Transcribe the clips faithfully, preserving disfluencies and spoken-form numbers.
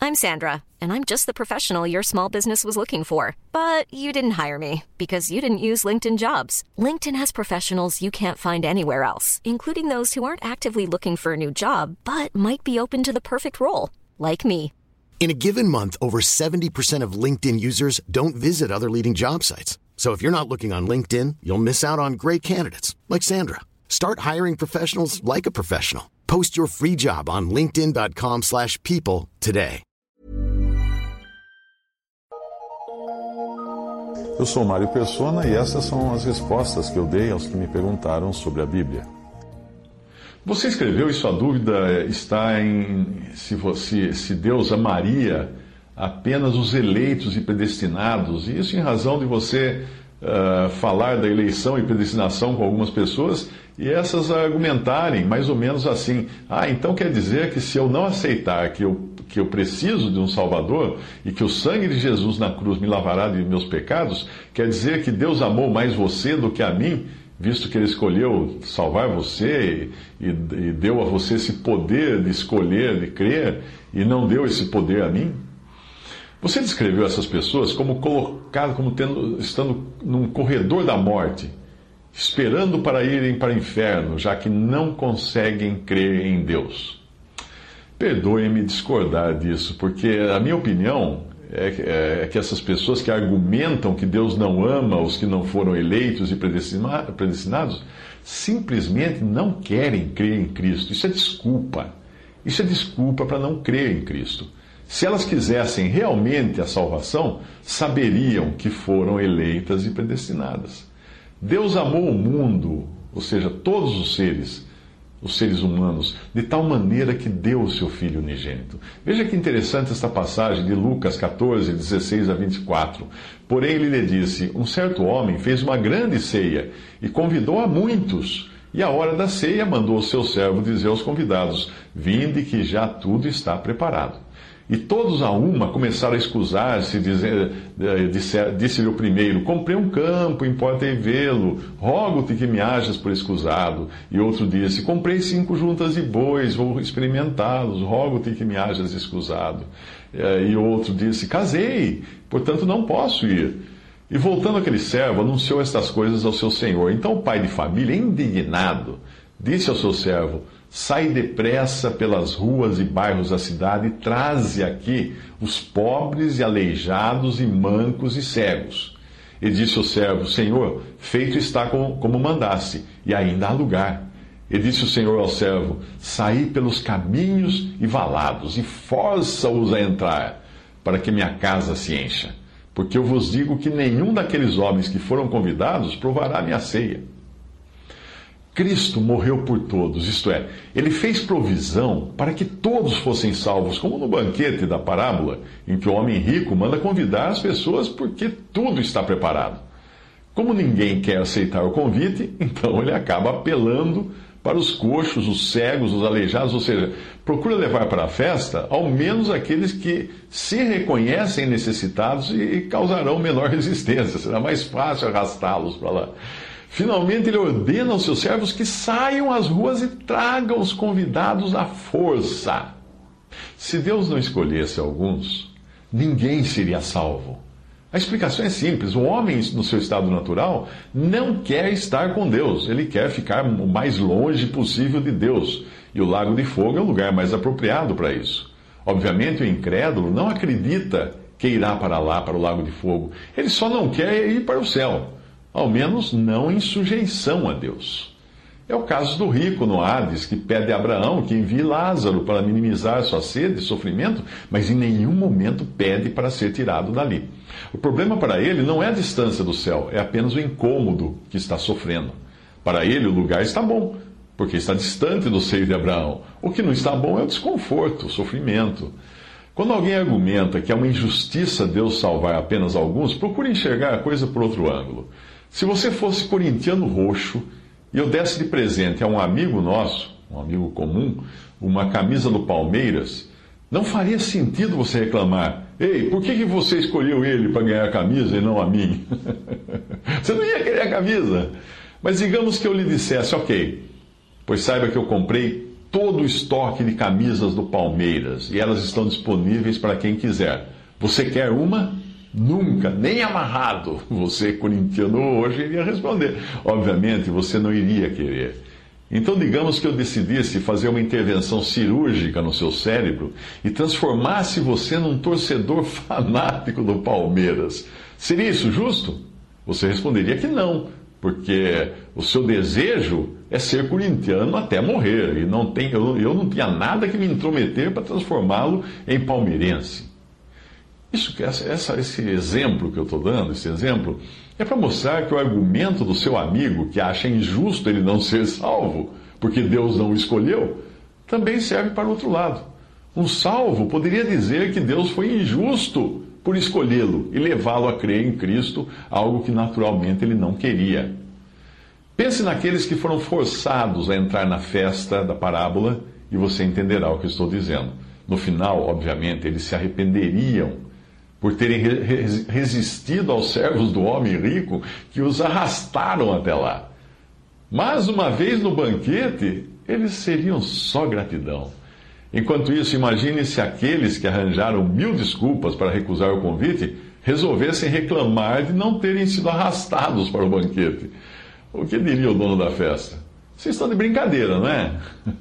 I'm Sandra, and I'm just the professional your small business was looking for. But you didn't hire me because you didn't use LinkedIn Jobs. LinkedIn has professionals you can't find anywhere else, including those who aren't actively looking for a new job, but might be open to the perfect role, like me. In a given month, over seventy percent of LinkedIn users don't visit other leading job sites. So if you're not looking on LinkedIn, you'll miss out on great candidates like Sandra. Start hiring professionals like a professional. Post your free job on linkedin dot com slash people today. Eu sou Mário Persona e essas são as respostas que eu dei aos que me perguntaram sobre a Bíblia. Você escreveu e sua dúvida está em se, você, se Deus amaria apenas os eleitos e predestinados, e isso em razão de você uh, falar da eleição e predestinação com algumas pessoas e essas argumentarem mais ou menos assim: ah, então quer dizer que se eu não aceitar que eu, que eu preciso de um Salvador e que o sangue de Jesus na cruz me lavará de meus pecados, quer dizer que Deus amou mais você do que a mim, visto que Ele escolheu salvar você e, e deu a você esse poder de escolher, de crer, e não deu esse poder a mim? Você descreveu essas pessoas como colocado, como tendo, estando num corredor da morte, esperando para irem para o inferno, já que não conseguem crer em Deus. Perdoe-me discordar disso, porque a minha opinião é, é que essas pessoas que argumentam que Deus não ama os que não foram eleitos e predestinados, simplesmente não querem crer em Cristo. Isso é desculpa. Isso é desculpa para não crer em Cristo. Se elas quisessem realmente a salvação, saberiam que foram eleitas e predestinadas. Deus amou o mundo, ou seja, todos os seres, os seres humanos, de tal maneira que deu o seu Filho unigênito. Veja que interessante esta passagem de Lucas catorze, dezesseis a vinte e quatro. Porém, ele lhe disse: um certo homem fez uma grande ceia e convidou a muitos. E à hora da ceia mandou o seu servo dizer aos convidados: vinde que já tudo está preparado. E todos a uma começaram a escusar-se, disse-lhe o primeiro: comprei um campo, importei vê-lo, rogo-te que me hajas por escusado. E outro disse: comprei cinco juntas de bois, vou experimentá-los, rogo-te que me hajas escusado. E outro disse: casei, portanto não posso ir. E voltando aquele servo, anunciou estas coisas ao seu senhor. Então o pai de família, indignado, disse ao seu servo: sai depressa pelas ruas e bairros da cidade e traze aqui os pobres e aleijados e mancos e cegos. E disse o servo: Senhor, feito está como mandaste, e ainda há lugar. E disse o Senhor ao servo: saí pelos caminhos e valados, e força-os a entrar, para que minha casa se encha. Porque eu vos digo que nenhum daqueles homens que foram convidados provará minha ceia. Cristo morreu por todos, isto é, Ele fez provisão para que todos fossem salvos, como no banquete da parábola, em que o homem rico manda convidar as pessoas porque tudo está preparado. Como ninguém quer aceitar o convite, então ele acaba apelando para os coxos, os cegos, os aleijados, ou seja, procura levar para a festa ao menos aqueles que se reconhecem necessitados e causarão menor resistência, será mais fácil arrastá-los para lá. Finalmente, ele ordena aos seus servos que saiam às ruas e tragam os convidados à força. Se Deus não escolhesse alguns, ninguém seria salvo. A explicação é simples: o homem, no seu estado natural, não quer estar com Deus. Ele quer ficar o mais longe possível de Deus. E o lago de fogo é o lugar mais apropriado para isso. Obviamente, o incrédulo não acredita que irá para lá, para o lago de fogo. Ele só não quer ir para o céu. Ao menos não em sujeição a Deus. É o caso do rico no Hades, que pede a Abraão que envie Lázaro para minimizar sua sede e sofrimento, mas em nenhum momento pede para ser tirado dali. O problema para ele não é a distância do céu, é apenas o incômodo que está sofrendo. Para ele o lugar está bom, porque está distante do seio de Abraão. O que não está bom é o desconforto, o sofrimento. Quando alguém argumenta que é uma injustiça Deus salvar apenas alguns, procure enxergar a coisa por outro ângulo. Se você fosse corintiano roxo e eu desse de presente a um amigo nosso, um amigo comum, uma camisa do Palmeiras, não faria sentido você reclamar: ei, por que, que você escolheu ele para ganhar a camisa e não a mim? Você não ia querer a camisa. Mas digamos que eu lhe dissesse: ok, pois saiba que eu comprei todo o estoque de camisas do Palmeiras e elas estão disponíveis para quem quiser. Você quer uma? Nunca, nem amarrado. Você, corintiano, hoje iria responder. Obviamente, você não iria querer. Então, digamos que eu decidisse fazer uma intervenção cirúrgica no seu cérebro e transformasse você num torcedor fanático do Palmeiras. Seria isso justo? Você responderia que não, porque o seu desejo é ser corintiano até morrer. E não tem, eu, eu não tinha nada que me intrometer para transformá-lo em palmeirense. Isso, essa, esse exemplo que eu estou dando, esse exemplo, é para mostrar que o argumento do seu amigo, que acha injusto ele não ser salvo, porque Deus não o escolheu, também serve para o outro lado. Um salvo poderia dizer que Deus foi injusto por escolhê-lo e levá-lo a crer em Cristo, algo que naturalmente ele não queria. Pense naqueles que foram forçados a entrar na festa da parábola e você entenderá o que eu estou dizendo. No final, obviamente, eles se arrependeriam por terem resistido aos servos do homem rico que os arrastaram até lá. Mas, uma vez no banquete, eles seriam só gratidão. Enquanto isso, imagine se aqueles que arranjaram mil desculpas para recusar o convite resolvessem reclamar de não terem sido arrastados para o banquete. O que diria o dono da festa? Vocês estão de brincadeira, não é?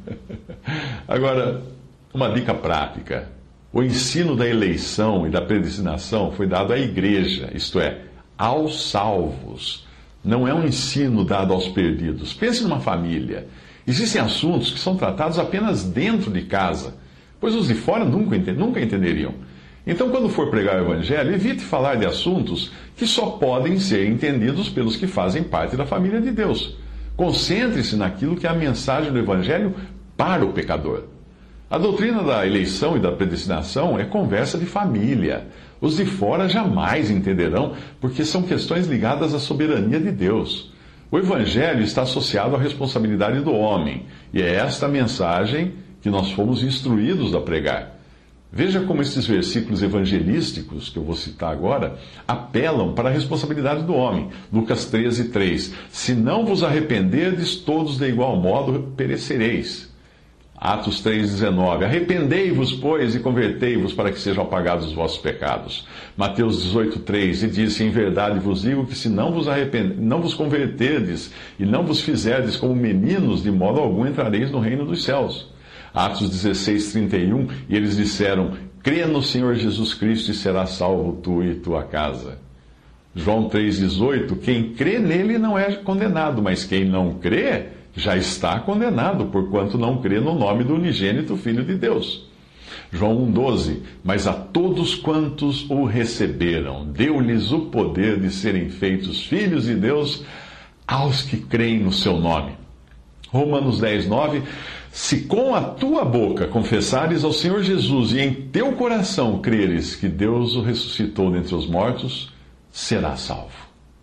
Agora, uma dica prática. O ensino da eleição e da predestinação foi dado à igreja, isto é, aos salvos. Não é um ensino dado aos perdidos. Pense numa família. Existem assuntos que são tratados apenas dentro de casa, pois os de fora nunca, nunca entenderiam. Então, quando for pregar o Evangelho, evite falar de assuntos que só podem ser entendidos pelos que fazem parte da família de Deus. Concentre-se naquilo que é a mensagem do Evangelho para o pecador. A doutrina da eleição e da predestinação é conversa de família. Os de fora jamais entenderão, porque são questões ligadas à soberania de Deus. O Evangelho está associado à responsabilidade do homem, e é esta mensagem que nós fomos instruídos a pregar. Veja como estes versículos evangelísticos, que eu vou citar agora, apelam para a responsabilidade do homem. Lucas treze, três. Se não vos arrependerdes, todos de igual modo perecereis. Atos três, dezenove. Arrependei-vos, pois, e convertei-vos para que sejam apagados os vossos pecados. Mateus dezoito, três. E disse, em verdade vos digo que se não vos, arrepend... não vos converterdes e não vos fizerdes como meninos, de modo algum entrareis no reino dos céus. Atos dezesseis, trinta e um. E eles disseram, crê no Senhor Jesus Cristo e serás salvo tu e tua casa. João três, dezoito. Quem crê nele não é condenado, mas quem não crê já está condenado, porquanto não crê no nome do unigênito Filho de Deus. João um, doze. Mas a todos quantos o receberam, deu-lhes o poder de serem feitos filhos de Deus, aos que creem no seu nome. Romanos dez, nove. Se com a tua boca confessares ao Senhor Jesus e em teu coração creres que Deus o ressuscitou dentre os mortos, serás salvo.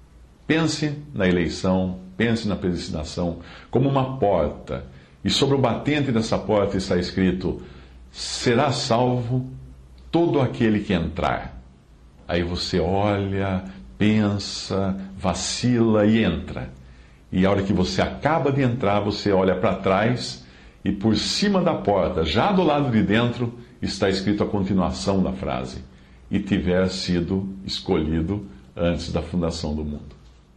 Pense na eleição, pense na predestinação como uma porta. E sobre o batente dessa porta está escrito, será salvo todo aquele que entrar. Aí você olha, pensa, vacila e entra. E a hora que você acaba de entrar, você olha para trás e por cima da porta, já do lado de dentro, está escrito a continuação da frase. E tiver sido escolhido antes da fundação do mundo.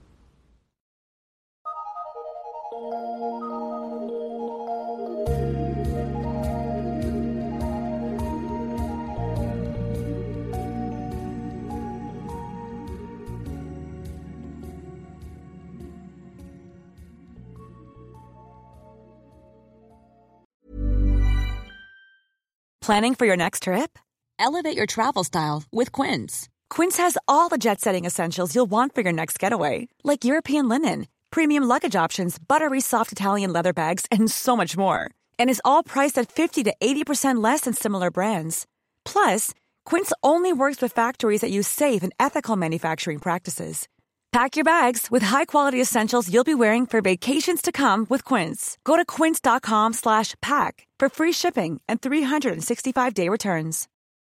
Planning for your next trip? Elevate your travel style with Quince. Quince has all the jet-setting essentials you'll want for your next getaway, like European linen, premium luggage options, buttery soft Italian leather bags, and so much more. And is all priced at fifty to eighty percent less than similar brands. Plus, Quince only works with factories that use safe and ethical manufacturing practices. Pack your bags with high-quality essentials you'll be wearing for vacations to come with Quince. Go to quince.com slash pack for free shipping and three sixty-five day returns.